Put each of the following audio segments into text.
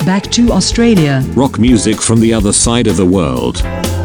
back to Australia. Rock music from the other side of the world.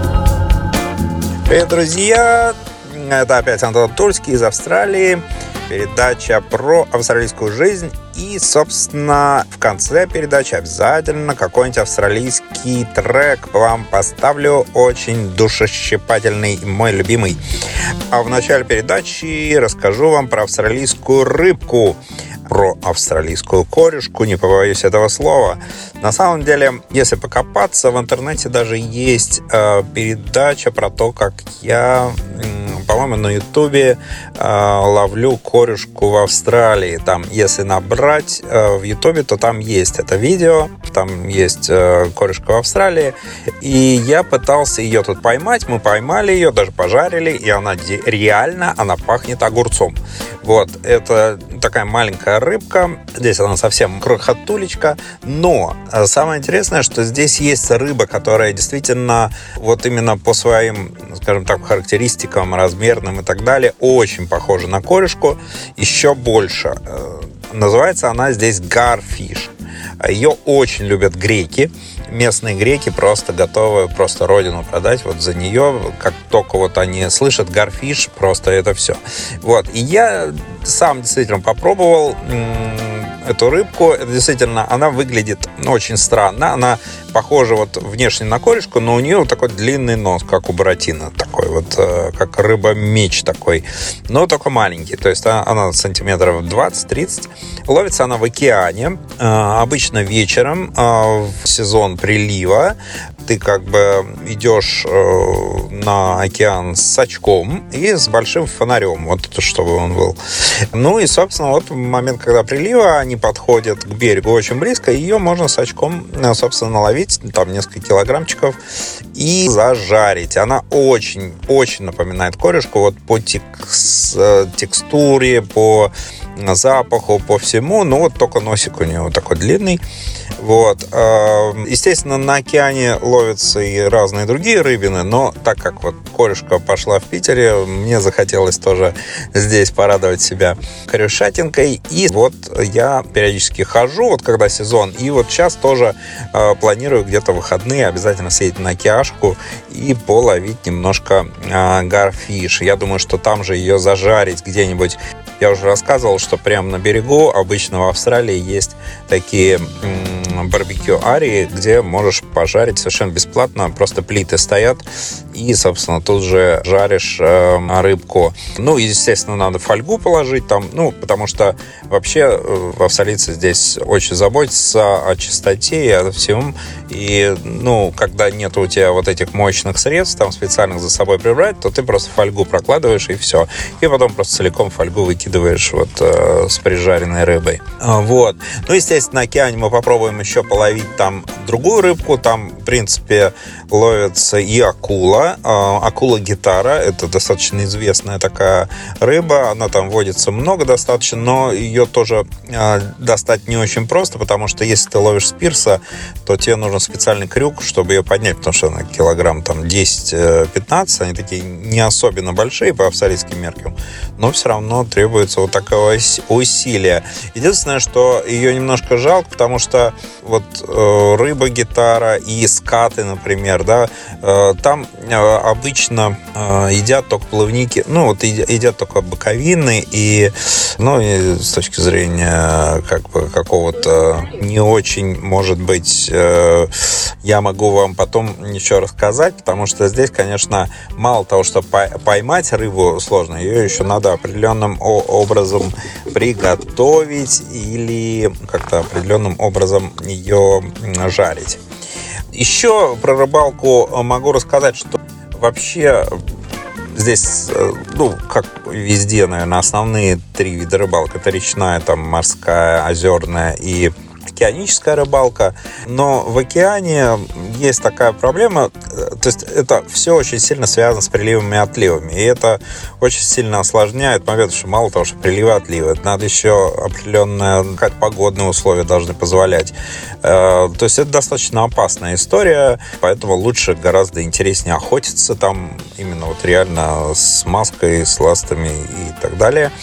Привет, друзья! Это опять Антон Тульский из Австралии. Передача про австралийскую жизнь. И, собственно, в конце передачи обязательно какой-нибудь австралийский трек вам поставлю. Очень душещипательный, мой любимый. А в начале передачи расскажу вам про австралийскую рыбку. Про австралийскую корюшку, не побоюсь этого слова. На самом деле, если покопаться, в интернете даже есть передача про то, как я, по-моему, на Ютубе ловлю корюшку в Австралии. Там, если набрать в Ютубе, то там есть это видео, там есть корюшка в Австралии. И я пытался ее тут поймать, мы поймали ее, даже пожарили, и она реально, она пахнет огурцом. Вот, это такая маленькая рыбка. Здесь она совсем крохотулечка. Но самое интересное, что здесь есть рыба, которая действительно вот именно по своим, скажем так, характеристикам, размерным и так далее, очень похожа на корюшку. Еще больше. Называется она здесь гарфиш. Ее очень любят греки. Местные греки просто готовы просто родину продать вот за нее. Как только вот они слышат гарфиш, просто это все. Вот. И я сам действительно попробовал эту рыбку. Это действительно, она выглядит очень странно. Она похожа вот внешне на корюшку, но у нее вот такой длинный нос, как у буратино. Такой вот, как рыба-меч такой. Но только маленький. То есть она сантиметров 20-30. Ловится она в океане. Обычно вечером в сезон прилива. Ты как бы идешь на океан с очком и с большим фонарем, вот чтобы он был. Ну и, собственно, вот в момент, когда прилива, они подходят к берегу очень близко, ее можно с очком, собственно, наловить, там несколько килограммчиков, и зажарить. Она очень-очень напоминает корюшку вот по текстуре, по запаху, по всему, ну вот только носик у нее такой длинный. Вот. Естественно, на океане ловятся и разные другие рыбины, но так как вот корюшка пошла в Питере, мне захотелось тоже здесь порадовать себя корюшатинкой. И вот я периодически хожу, вот когда сезон, и вот сейчас тоже планирую где-то в выходные обязательно съездить на океашку и половить немножко гарфиш. Я думаю, что там же ее зажарить где-нибудь. Я уже рассказывал, что прямо на берегу обычно в Австралии есть такие барбекю-арии, где можешь пожарить совершенно бесплатно. Просто плиты стоят, и, собственно, тут же жаришь рыбку. Ну, естественно, надо фольгу положить там, ну, потому что вообще австралийцы здесь очень заботятся о чистоте и о всем. И, ну, когда нет у тебя вот этих моечных средств, там, специальных за собой прибрать, то ты просто фольгу прокладываешь, и все. И потом просто целиком фольгу выкидываешь вот с прижаренной рыбой. Вот. Ну, естественно, на океане мы попробуем еще половить там другую рыбку. Там, в принципе, ловится и акула. Акула-гитара. Это достаточно известная такая рыба. Она там водится много достаточно, но ее тоже достать не очень просто, потому что если ты ловишь с пирса, то тебе нужен специальный крюк, чтобы ее поднять, потому что она килограмм там 10-15. Они такие не особенно большие по австралийским меркам, но все равно требуется вот такое усилие. Единственное, что ее немножко жалко, потому что вот рыба-гитара и скаты, например, да, там обычно едят только плавники, ну, вот едят только боковины, и, ну, и с точки зрения как бы какого-то не очень, может быть, я могу вам потом еще рассказать, потому что здесь, конечно, мало того, что поймать рыбу сложно, ее еще надо определенным образом приготовить или как-то определенным образом ее жарить. Еще про рыбалку могу рассказать, что вообще здесь, ну, как везде, наверное, основные три вида рыбалок. Это речная, там, морская, озерная и океаническая рыбалка. Но в океане есть такая проблема, то есть это все очень сильно связано с приливами и отливами. И это очень сильно осложняет момент, что мало того, что приливы и отливы, это надо еще определенные какие-то погодные условия должны позволять. То есть это достаточно опасная история, поэтому лучше гораздо интереснее охотиться там именно вот реально с маской, с ластами и так далее.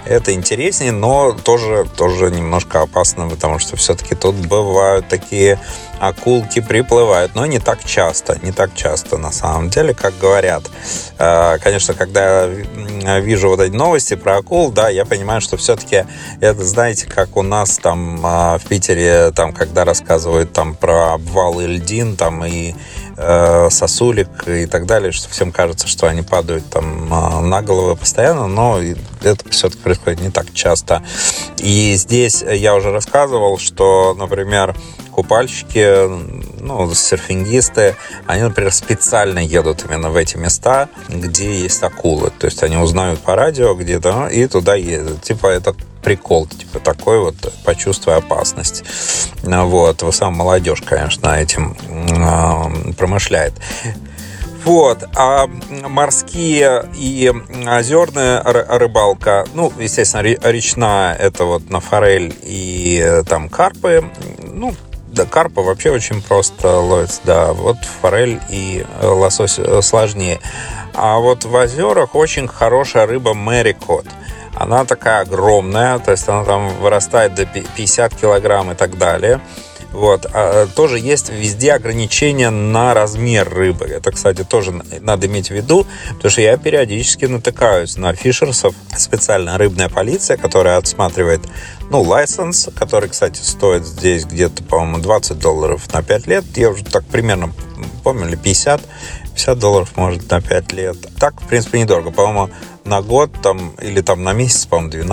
Это интереснее, но тоже немножко опасно, потому что все-таки тут бывают такие акулки, приплывают, но не так часто на самом деле, как говорят. Конечно, когда я вижу вот эти новости про акул, да, я понимаю, что все-таки это, знаете, как у нас там в Питере, там, когда рассказывают там про обвал Ильдин, там и сосулек и так далее, что всем кажется, что они падают там на головы постоянно, но это все-таки происходит не так часто. И здесь я уже рассказывал, что, например, купальщики, серфингисты, они, например, специально едут именно в эти места, где есть акулы. То есть они узнают по радио где-то и туда едут. Типа это прикол, типа такой вот, почувствуй опасность. Вот. В основном молодежь, конечно, этим промышляет. Вот. А морские и озерная рыбалка, естественно, речная, это вот на форель и там карпы. Да, карпа вообще очень просто ловится, да. Вот форель и лосось сложнее. А вот в озерах очень хорошая рыба мэрикот. Она такая огромная, то есть она там вырастает до 50 килограмм и так далее. Вот. Тоже есть везде ограничения на размер рыбы. Это, кстати, тоже надо иметь в виду, потому что я периодически натыкаюсь на фишерсов. Специальная рыбная полиция, которая отсматривает, лайсенс, который, кстати, стоит здесь где-то, по-моему, $20 на 5 лет. Я уже так примерно помню, или $50 может на 5 лет. Так, в принципе, недорого. По-моему, на год там, или там на месяц, по-моему,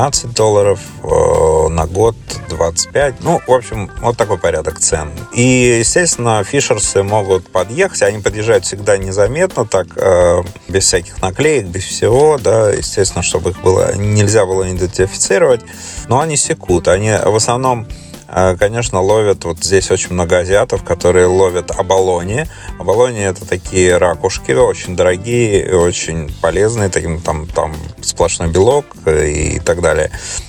$12, на год 25. В общем, вот такой порядок цен. И, естественно, фишерсы могут подъехать. Они подъезжают всегда незаметно, так, без всяких наклеек, без всего, да, естественно, чтобы их нельзя было идентифицировать. Но они секут. Они в основном, конечно, ловят, вот здесь очень много азиатов, которые ловят абалони. Абалони — это такие ракушки, очень дорогие и очень полезные, таким там сплошной белок и так далее.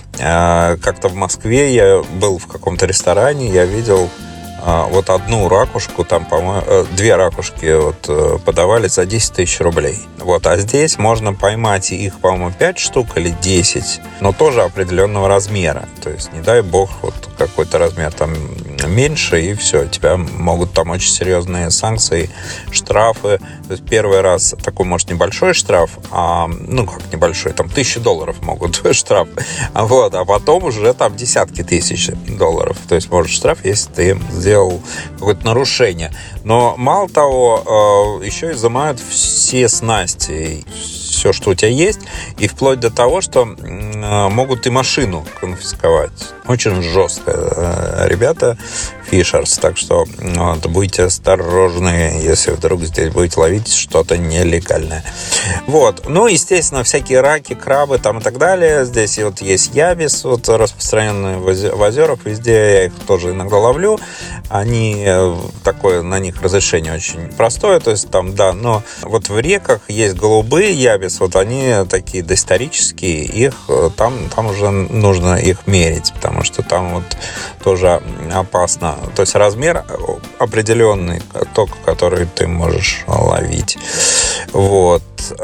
Как-то в Москве я был в каком-то ресторане, я видел вот одну ракушку, там, по-моему, 2 ракушки вот подавали за 10 тысяч рублей. Вот, а здесь можно поймать их, по-моему, 5 штук или 10, но тоже определенного размера. То есть, не дай бог, вот какой-то размер там меньше, и все, тебя могут там очень серьезные санкции, штрафы. То есть первый раз такой, может, небольшой штраф, как небольшой, там $1000 могут штраф, вот, а потом уже там десятки тысяч долларов. То есть, может, штраф, если ты сделал какое-то нарушение. Но мало того, еще изымают все снасти, все, что у тебя есть, и вплоть до того, что могут и машину конфисковать. Очень жестко, ребята, фишерс. Так что будьте осторожны, если вдруг здесь будете ловить что-то нелегальное. Вот. Естественно, всякие раки, крабы там и так далее. Здесь вот есть ябис, вот распространенные в озерах. Везде я их тоже иногда ловлю. Они такое, на них разрешение очень простое. То есть там, да, но вот в реках есть голубые ябис. Вот они такие доисторические. Их там уже нужно их мерить, потому что там вот тоже опасно. То есть размер определенный, только который ты можешь ловить. Вот.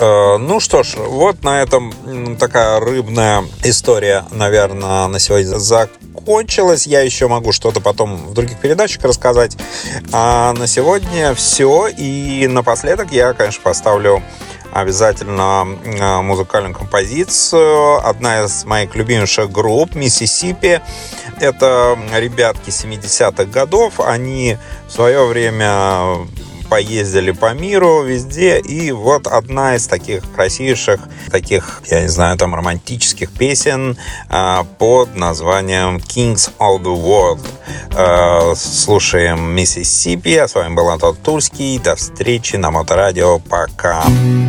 Что ж, вот на этом такая рыбная история, наверное, на сегодня закончилась. Я еще могу что-то потом в других передачах рассказать. А на сегодня все. И напоследок я, конечно, поставлю обязательно музыкальную композицию. Одна из моих любимейших групп Mississippi. Это ребятки 70-х годов. Они в свое время поездили по миру везде. И вот одна из таких красивейших, таких, я не знаю, там романтических песен под названием Kings of the World. Слушаем Mississippi. А с вами был Антон Тульский. До встречи на Моторадио. Пока.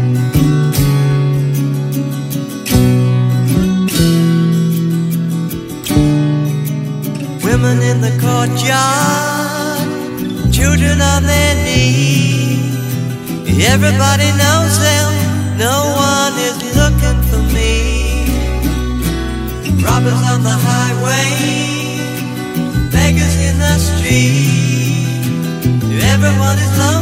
Women in the courtyard, children on their knees. Everybody knows them, no one is looking for me. Robbers on the highway, beggars in the street. Everyone is lonely.